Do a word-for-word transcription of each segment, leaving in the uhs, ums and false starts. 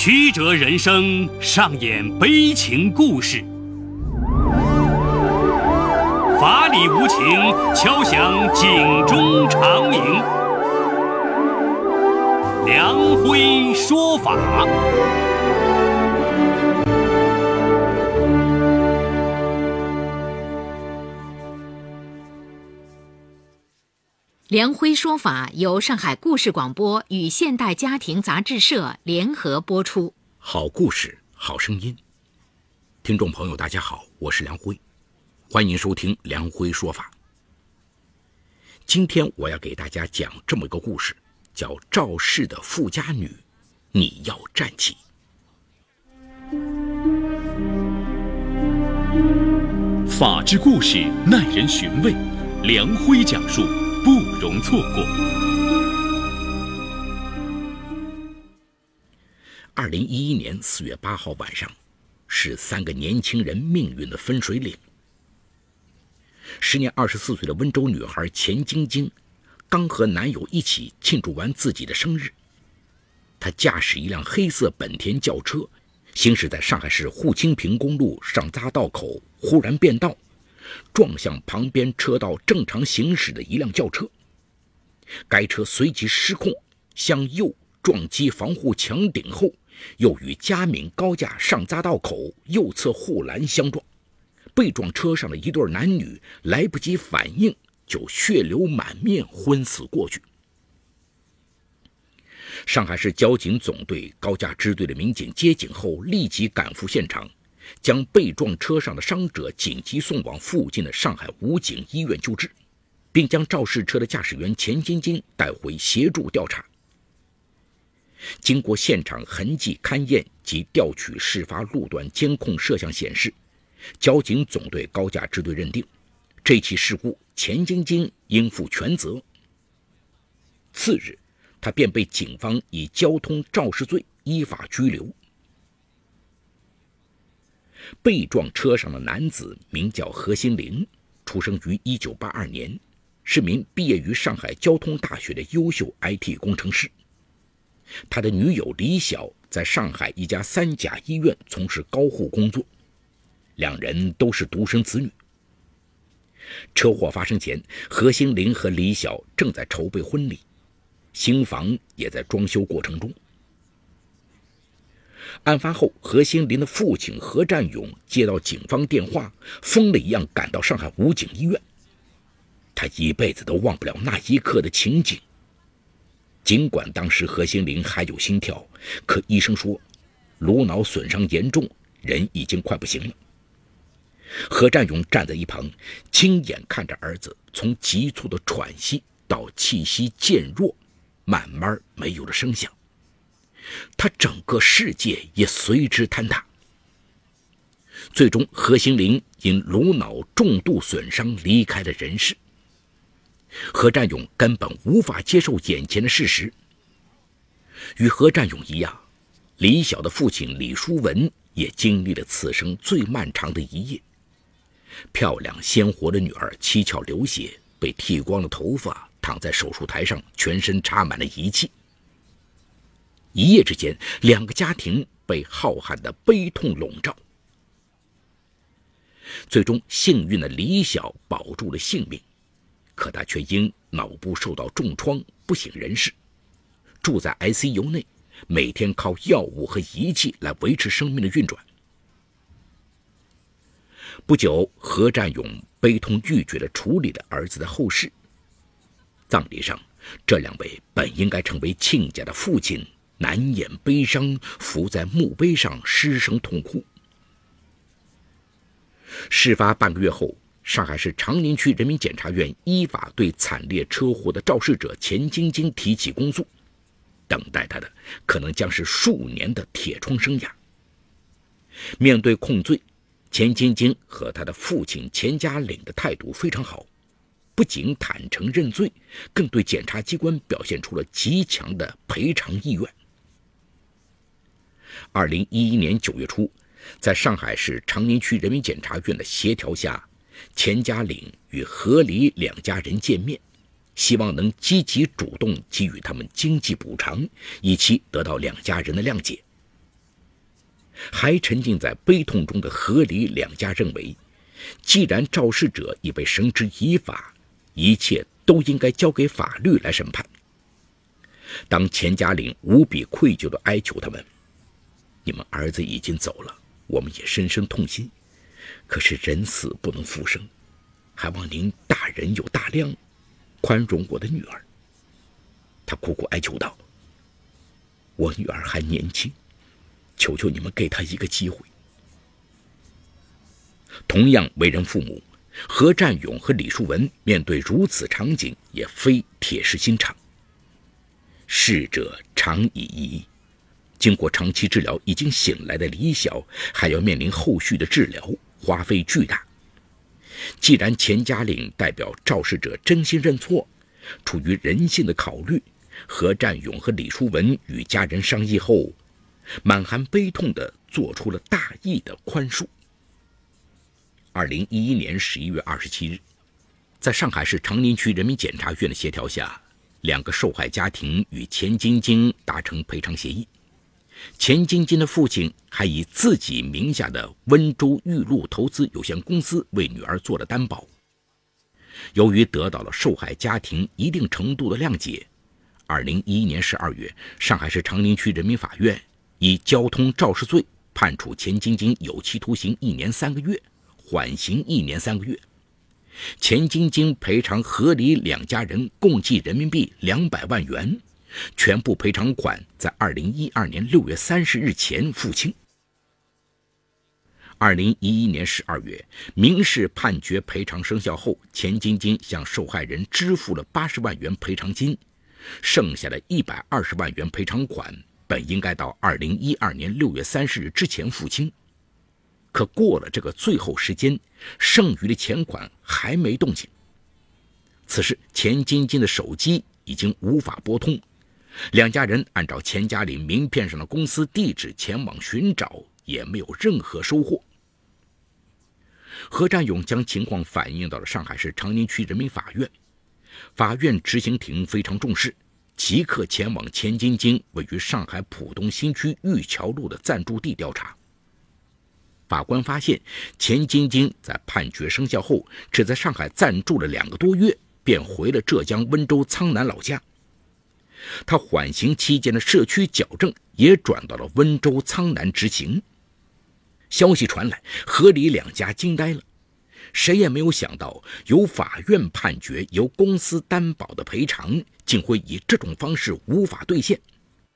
曲折人生上演悲情故事，法理无情敲响警钟长鸣。梁辉说法。 梁辉说法由上海故事广播与现代家庭杂志社联合播出。 好故事，好声音。听众朋友大家好，我是梁辉，欢迎收听梁辉说法。今天我要给大家讲这么一个故事，叫赵氏的富家女，你要站起。 法治故事耐人寻味，梁辉讲述不容错过。 二零一一年四月八号晚上，是三个年轻人命运的分水岭。时年二十四岁的温州女孩钱晶晶，刚和男友一起庆祝完自己的生日。她驾驶一辆黑色本田轿车，行驶在上海市沪清平公路上匝道口，忽然变道，撞向旁边车道正常行驶的一辆轿车，该车随即失控，向右撞击防护墙顶后，又与嘉闵高架上匝道口右侧护栏相撞。被撞车上的一对男女来不及反应，就血流满面，昏死过去。上海市交警总队高架支队的民警接警后，立即赶赴现场，将被撞车上的伤者紧急送往附近的上海武警医院救治，并将肇事车的驾驶员钱晶晶带回协助调查。经过现场痕迹勘验及调取事发路段监控摄像显示，交警总队高架支队认定，这起事故钱晶晶应负全责。次日，他便被警方以交通肇事罪依法拘留。被撞车上的男子名叫何新林，出生于一九八二年，是名毕业于上海交通大学的优秀 I T 工程师。他的女友李晓在上海一家三甲医院从事高护工作，两人都是独生子女。车祸发生前，何新林和李晓正在筹备婚礼，新房也在装修过程中。案发后，何新林的父亲何占勇接到警方电话，疯了一样赶到上海武警医院。他一辈子都忘不了那一刻的情景。尽管当时何新林还有心跳，可医生说颅脑损伤严重，人已经快不行了。何占勇站在一旁，亲眼看着儿子从急促的喘息到气息渐弱，慢慢没有了声响，他整个世界也随之坍塌。最终，何新林因颅脑重度损伤离开了人世。何占勇根本无法接受眼前的事实。与何占勇一样，李晓的父亲李书文也经历了此生最漫长的一夜。漂亮鲜活的女儿七窍流血，被剃光了头发，躺在手术台上，全身插满了仪器。一夜之间，两个家庭被浩瀚的悲痛笼罩。最终，幸运的李晓保住了性命，可他却因脑部受到重创不省人事，住在 I C U 内，每天靠药物和仪器来维持生命的运转。不久，何占勇悲痛欲绝地处理了儿子的后事。葬礼上，这两位本应该成为亲家的父亲难掩悲伤，伏在墓碑上失声痛哭。事发半个月后，上海市长宁区人民检察院依法对惨烈车祸的肇事者钱晶晶提起公诉，等待他的可能将是数年的铁窗生涯。面对控罪，钱晶晶和他的父亲钱家岭的态度非常好，不仅坦诚认罪，更对检察机关表现出了极强的赔偿意愿。二零一一年九月初，在上海市长宁区人民检察院的协调下，钱家岭与何李两家人见面，希望能积极主动给予他们经济补偿，以期得到两家人的谅解。 还沉浸在悲痛中的何李两家认为，既然肇事者已被绳之以法，一切都应该交给法律来审判。当钱嘉玲无比愧疚地哀求他们：“你们儿子已经走了，我们也深深痛心，可是人死不能复生，还望您大人有大量，宽容我的女儿。”他苦苦哀求道：“我女儿还年轻，求求你们给她一个机会。”同样为人父母，何占勇和李树文面对如此场景也非铁石心肠。逝者常已矣，经过长期治疗已经醒来的李晓还要面临后续的治疗，花费巨大。既然钱嘉玲代表肇事者真心认错，出于人性的考虑，何占勇和李淑文与家人商议后，满含悲痛地做出了大义的宽恕。二零一一年十一月二十七日，在上海市长宁区人民检察院的协调下，两个受害家庭与钱晶晶达成赔偿协议。钱晶晶的父亲还以自己名下的温州玉露投资有限公司为女儿做了担保。由于得到了受害家庭一定程度的谅解，二零一一年十二月，上海市长宁区人民法院以交通肇事罪判处钱晶晶有期徒刑一年三个月，缓刑一年三个月。钱晶晶赔偿何李两家人共计人民币两百万元，全部赔偿款在二零一二年六月三十日前付清。二零一一年十二月，民事判决赔偿生效后，钱晶晶向受害人支付了八十万元赔偿金，剩下的一百二十万元赔偿款本应该到二零一二年六月三十日之前付清。可过了这个最后时间，剩余的钱款还没动静。此时钱晶晶的手机已经无法拨通，两家人按照钱嘉玲名片上的公司地址前往寻找，也没有任何收获。何占勇将情况反映到了上海市长宁区人民法院，法院执行庭非常重视，即刻前往钱晶晶位于上海浦东新区玉桥路的暂住地调查。法官发现，钱晶晶在判决生效后，只在上海暂住了两个多月，便回了浙江温州苍南老家。他缓刑期间的社区矫正也转到了温州苍南执行。消息传来，何李两家惊呆了，谁也没有想到，由法院判决、由公司担保的赔偿，竟会以这种方式无法兑现。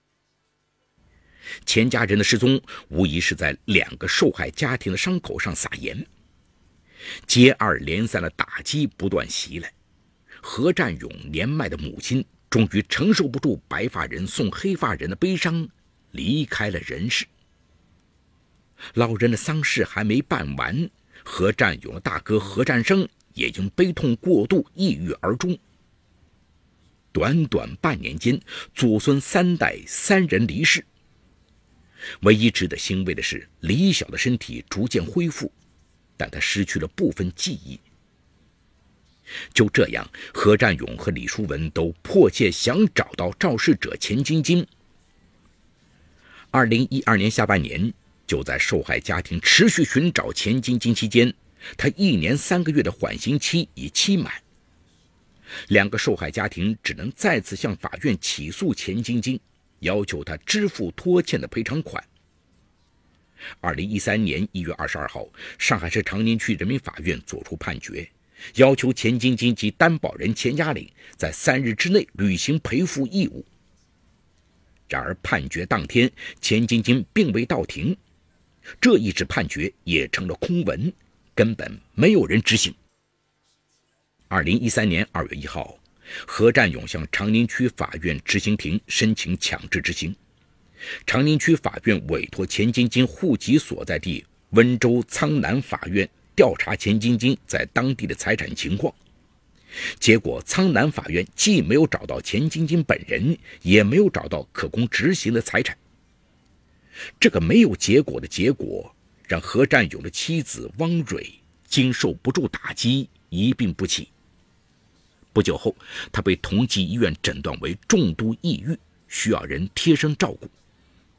钱家人的失踪无疑是在两个受害家庭的伤口上撒盐，接二连三的打击不断袭来。何占勇年迈的母亲终于承受不住白发人送黑发人的悲伤，离开了人世。老人的丧事还没办完，何占勇的大哥何占生也因悲痛过度抑郁而终。短短半年间，祖孙三代三人离世。唯一值得欣慰的是，李晓的身体逐渐恢复，但他失去了部分记忆。就这样，何占勇和李淑文都迫切想找到肇事者钱晶晶。二零一二年下半年，就在受害家庭持续寻找钱晶晶期间，他一年三个月的缓刑期已期满。两个受害家庭只能再次向法院起诉钱晶晶，要求他支付拖欠的赔偿款。二零一三年一月二十二号，上海市长宁区人民法院作出判决，要求钱晶晶及担保人钱嘉玲在三日之内履行赔付义务。然而判决当天，钱晶晶并未到庭，这一纸判决也成了空文，根本没有人执行。二零一三年二月一号，何占勇向长宁区法院执行庭申请强制执行。长宁区法院委托钱晶晶户籍所在地温州苍南法院调查钱晶晶在当地的财产情况。结果苍南法院既没有找到钱晶晶本人，也没有找到可供执行的财产。这个没有结果的结果，让何占勇的妻子汪蕊经受不住打击，一病不起。不久后，他被同济医院诊断为重度抑郁，需要人贴身照顾。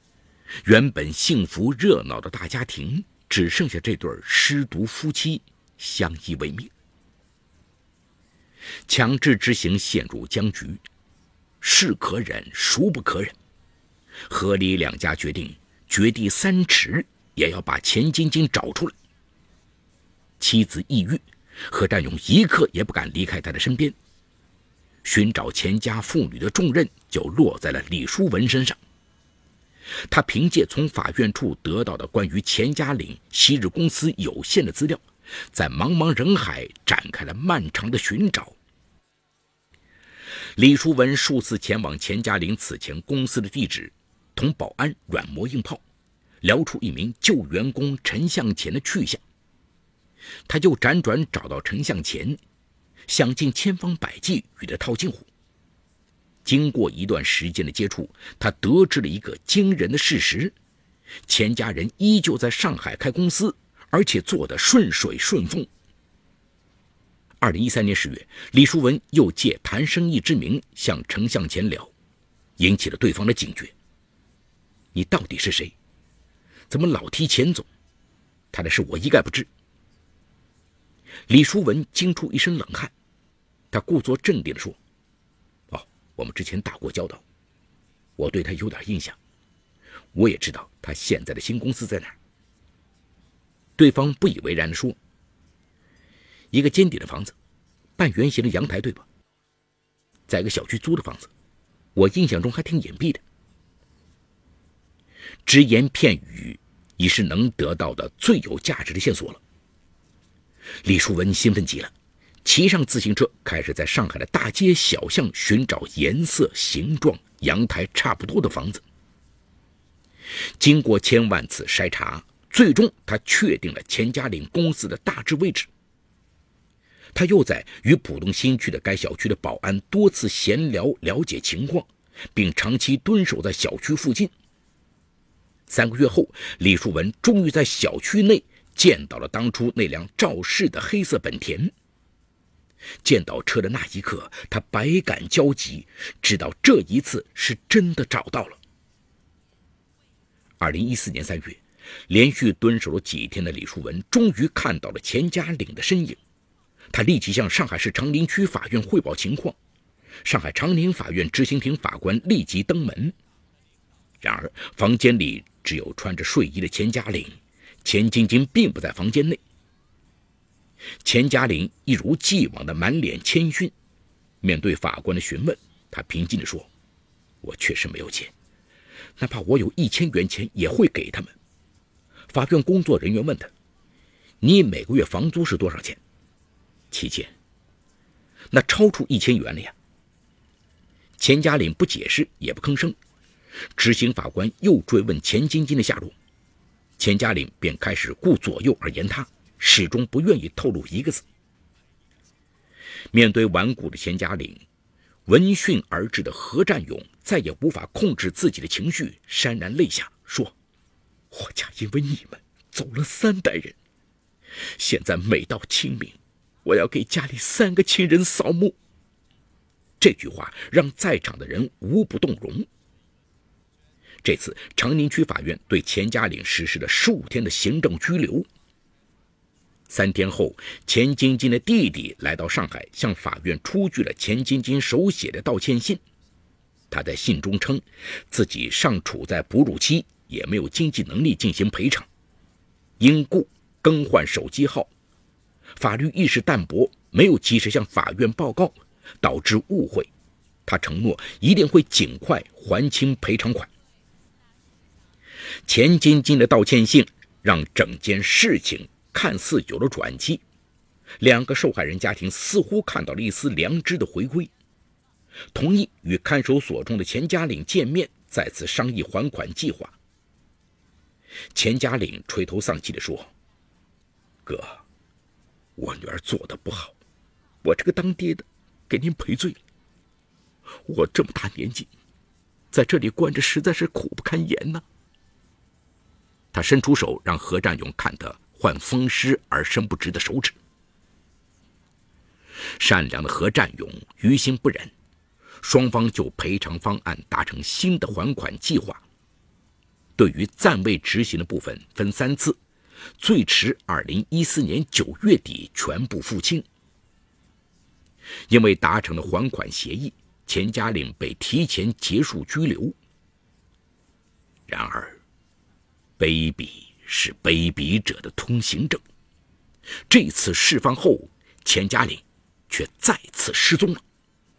原本幸福热闹的大家庭，只剩下这对失独夫妻相依为命。强制执行陷入僵局，是可忍孰不可忍。何李两家决定掘地三尺，也要把钱晶晶找出来。妻子抑郁，何占勇一刻也不敢离开她的身边。寻找钱家妇女的重任就落在了李书文身上。他凭借从法院处得到的关于钱家岭昔日公司有限的资料，在茫茫人海展开了漫长的寻找。李书文数次前往钱家岭此前公司的地址，同保安软磨硬泡，聊出一名旧员工陈向前的去向。他又辗转找到陈向前，想尽千方百计与他套近乎。经过一段时间的接触，他得知了一个惊人的事实：钱家人依旧在上海开公司，而且做得顺水顺风。二零一三年十月，李书文又借谈生意之名向陈向前聊，引起了对方的警觉。你到底是谁？怎么老提钱总？他的事我一概不知。李书文惊出一身冷汗，他故作镇定地说：哦，我们之前打过交道，我对他有点印象，我也知道他现在的新公司在哪儿。对方不以为然地说：一个尖顶的房子，半圆形的阳台，对吧？在一个小区租的房子，我印象中还挺隐蔽的。只言片语已是能得到的最有价值的线索了。李书文兴奋极了，骑上自行车，开始在上海的大街小巷寻找颜色、形状、阳台差不多的房子。经过千万次筛查，最终他确定了钱家岭公司的大致位置。他又在与浦东新区的该小区的保安多次闲聊，了解情况，并长期蹲守在小区附近。三个月后，李书文终于在小区内见到了当初那辆肇事的黑色本田。见到车的那一刻，他百感交集，知道这一次是真的找到了。二零一四年三月，连续蹲守了几天的李书文终于看到了钱家岭的身影。他立即向上海市长宁区法院汇报情况，上海长宁法院执行庭法官立即登门。然而房间里只有穿着睡衣的钱家岭，钱晶晶并不在房间内。钱家岭一如既往的满脸谦逊，面对法官的询问，他平静地说：我确实没有钱，哪怕我有一千元钱也会给他们。法院工作人员问他：你每个月房租是多少钱？七千。那超出一千元了呀。钱家岭不解释也不吭声。执行法官又追问钱晶晶的下落，钱家岭便开始顾左右而言他，始终不愿意透露一个字。面对顽固的钱家岭，闻讯而至的何占勇再也无法控制自己的情绪，潸然泪下，说：我家因为你们走了三代人，现在每到清明，我要给家里三个亲人扫墓。这句话让在场的人无不动容。这次长宁区法院对钱家岭实施了十五天的行政拘留。三天后，钱晶晶的弟弟来到上海，向法院出具了钱晶晶手写的道歉信。他在信中称，自己尚处在哺乳期，也没有经济能力进行赔偿，因故更换手机号，法律意识淡薄，没有及时向法院报告，导致误会。他承诺一定会尽快还清赔偿款。钱晶晶的道歉信让整件事情看似有了转机，两个受害人家庭似乎看到了一丝良知的回归，同意与看守所中的钱家岭见面，再次商议还款计划。钱家岭垂头丧气地说：哥，我女儿做得不好，我这个当爹的给您赔罪了。我这么大年纪，在这里关着实在是苦不堪言呐。他伸出手让何占勇看他患风湿而伸不直的手指。善良的何占勇于心不忍，双方就赔偿方案达成新的还款计划。 对于暂未执行的部分分三次，最迟二零一四年九月底全部付清。因为达成了还款协议，钱嘉玲被提前结束拘留。然而，卑鄙是卑鄙者的通行证。这次释放后，钱嘉玲却再次失踪了。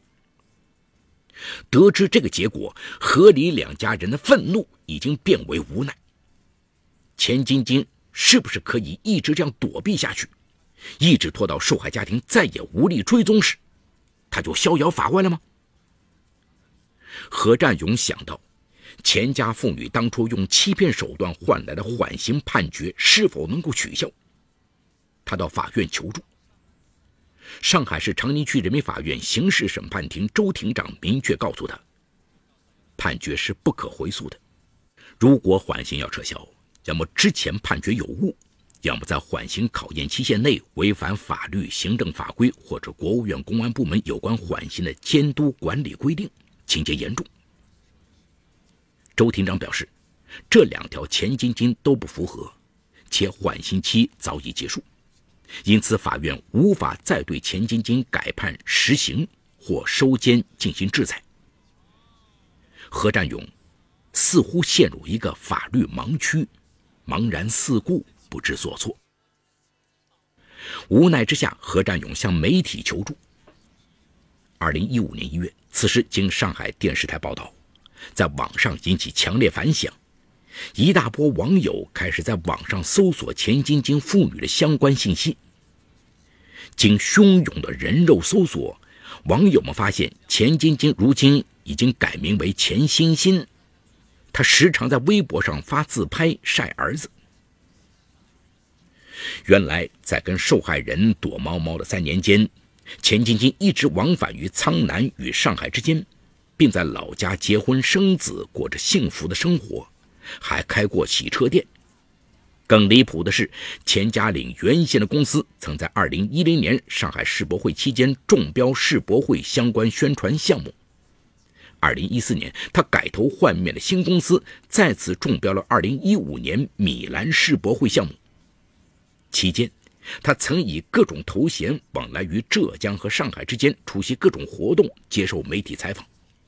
得知这个结果，何李两家人的愤怒已经变为无奈。钱晶晶是不是可以一直这样躲避下去，一直拖到受害家庭再也无力追踪时，他就逍遥法外了吗？何占勇想到，钱家父女当初用欺骗手段换来的缓刑判决是否能够取消，他到法院求助。上海市长宁区人民法院刑事审判庭周庭长明确告诉他，判决是不可回溯的，如果缓刑要撤销，要么之前判决有误，要么在缓刑考验期限内违反法律、行政法规或者国务院公安部门有关缓刑的监督管理规定，情节严重。周庭长表示，这两条钱晶晶都不符合，且缓刑期早已结束，因此法院无法再对钱晶晶改判实刑或收监进行制裁。何占勇似乎陷入一个法律盲区，茫然四顾，不知所措。无奈之下，何占勇向媒体求助。二零一五年一月，此事经上海电视台报道，在网上引起强烈反响，一大波网友开始在网上搜索钱晶晶父女的相关信息。经汹涌的人肉搜索，网友们发现钱晶晶如今已经改名为钱欣欣，她时常在微博上发自拍晒儿子。原来在跟受害人躲猫猫的三年间，钱晶晶一直往返于苍南与上海之间，并在老家结婚生子，过着幸福的生活，还开过洗车店。更离谱的是，钱嘉玲原先的公司曾在二零一零年上海世博会期间中标世博会相关宣传项目。二零一四年，他改头换面的新公司再次中标了二零一五年米兰世博会项目。期间，他曾以各种头衔往来于浙江和上海之间，出席各种活动，接受媒体采访。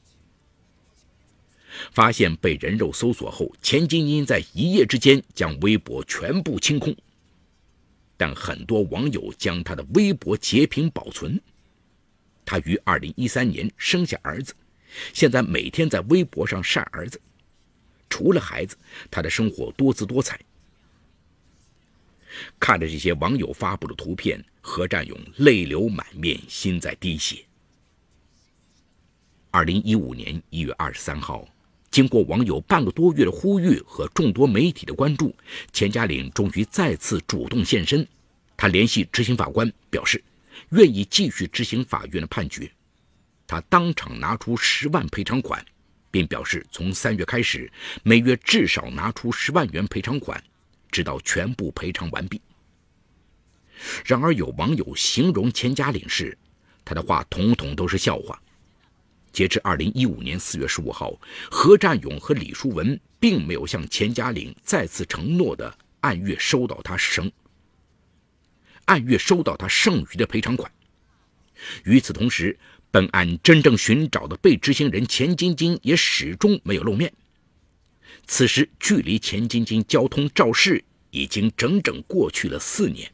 发现被人肉搜索后，钱晶晶在一夜之间将微博全部清空，但很多网友将他的微博截屏保存。他于二零一三年生下儿子，现在每天在微博上晒儿子。除了孩子，他的生活多姿多彩。看着这些网友发布的图片，何占勇泪流满面，心在滴血。二零一五年一月二十三号，经过网友半个多月的呼吁和众多媒体的关注，钱嘉玲终于再次主动现身。他联系执行法官，表示愿意继续执行法院的判决。他当场拿出十万赔偿款，并表示从三月开始，每月至少拿出十万元赔偿款，直到全部赔偿完毕。然而有网友形容钱嘉玲是，他的话统统都是笑话。截至二零一五年四月十五号，何占勇和李淑文并没有向钱嘉玲再次承诺的按月收到他剩按月收到他剩余的赔偿款。与此同时，本案真正寻找的被执行人钱晶晶也始终没有露面。此时距离钱晶晶交通肇事已经整整过去了四年。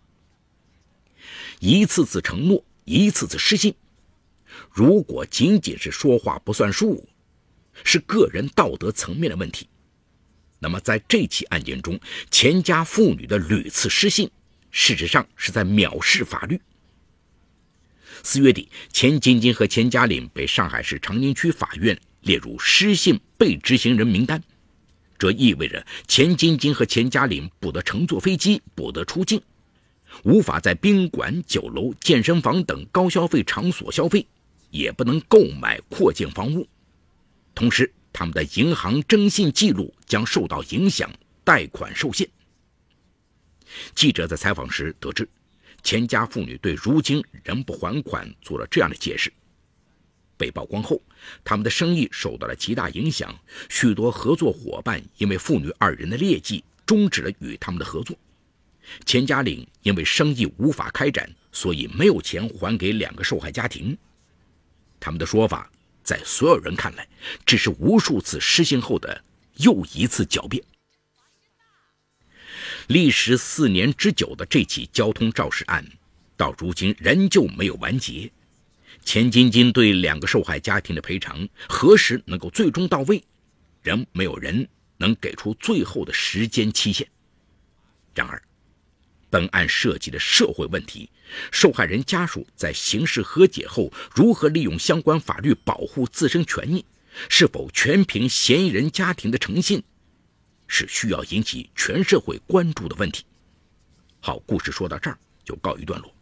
一次次承诺，一次次失信。如果仅仅是说话不算数，是个人道德层面的问题，那么在这起案件中，钱家父女的屡次失信，事实上是在藐视法律。四月底，钱晶晶和钱嘉玲被上海市长宁区法院列入失信被执行人名单，这意味着钱晶晶和钱嘉玲不得乘坐飞机，不得出境，无法在宾馆、酒楼、健身房等高消费场所消费，也不能购买扩建房屋。同时，他们的银行征信记录将受到影响，贷款受限。记者在采访时得知，钱家父女对如今仍不还款做了这样的解释： 被曝光后，他们的生意受到了极大影响，许多合作伙伴因为父女二人的劣迹终止了与他们的合作。钱家岭因为生意无法开展，所以没有钱还给两个受害家庭。他们的说法在所有人看来只是无数次失信后的又一次狡辩。历时四年之久的这起交通肇事案到如今仍旧没有完结。钱晶晶对两个受害家庭的赔偿何时能够最终到位，仍没有人能给出最后的时间期限。然而本案涉及的社会问题，受害人家属在刑事和解后如何利用相关法律保护自身权益，是否全凭嫌疑人家庭的诚信，是需要引起全社会关注的问题。好，故事说到这儿就告一段落。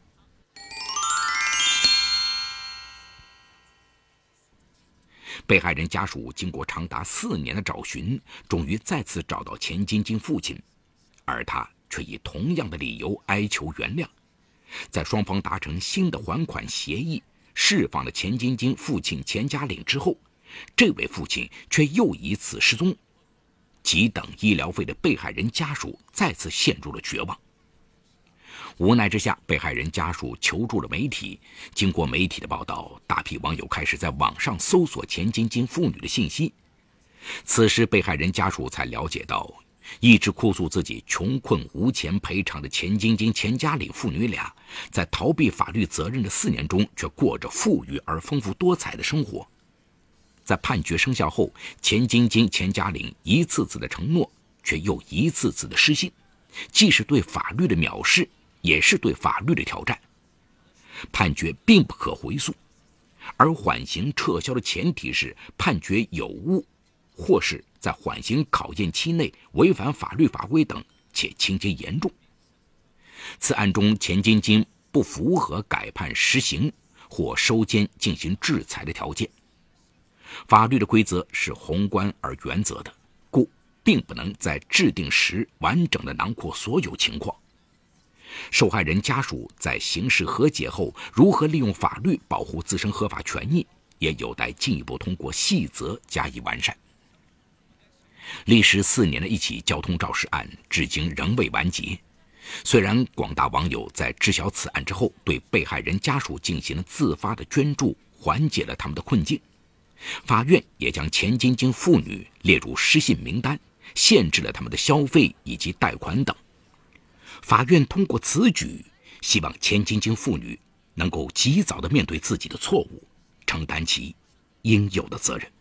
被害人家属经过长达四年的找寻，终于再次找到钱晶晶父亲，而他却以同样的理由哀求原谅。在双方达成新的还款协议，释放了钱晶晶父亲钱家岭之后，这位父亲却又一次失踪。急等医疗费的被害人家属再次陷入了绝望。无奈之下，被害人家属求助了媒体。经过媒体的报道，大批网友开始在网上搜索钱晶晶父女的信息。此时被害人家属才了解到，一直哭诉自己穷困无钱赔偿的钱晶晶、钱家岭父女俩，在逃避法律责任的四年中，却过着富裕而丰富多彩的生活。在判决生效后，钱晶晶、钱家岭一次次的承诺，却又一次次的失信，既是对法律的藐视，也是对法律的挑战。判决并不可回溯，而缓刑撤销的前提是判决有误，或是在缓刑考验期内违反法律法规等，且情节严重。此案中，钱晶晶不符合改判实刑或收监进行制裁的条件。法律的规则是宏观而原则的，故并不能在制定时完整的囊括所有情况。受害人家属在刑事和解后如何利用法律保护自身合法权益，也有待进一步通过细则加以完善。历时四年的一起交通肇事案至今仍未完结。虽然广大网友在知晓此案之后，对被害人家属进行了自发的捐助，缓解了他们的困境。法院也将钱晶晶父女列入失信名单，限制了他们的消费以及贷款等。法院通过此举，希望钱晶晶父女能够及早地面对自己的错误，承担起应有的责任。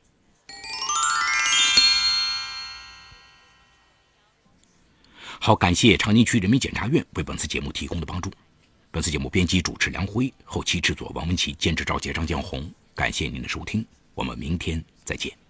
好，感谢长宁区人民检察院为本次节目提供的帮助。本次节目编辑主持梁辉，后期制作王文琪，监制赵杰、张江红。感谢您的收听，我们明天再见。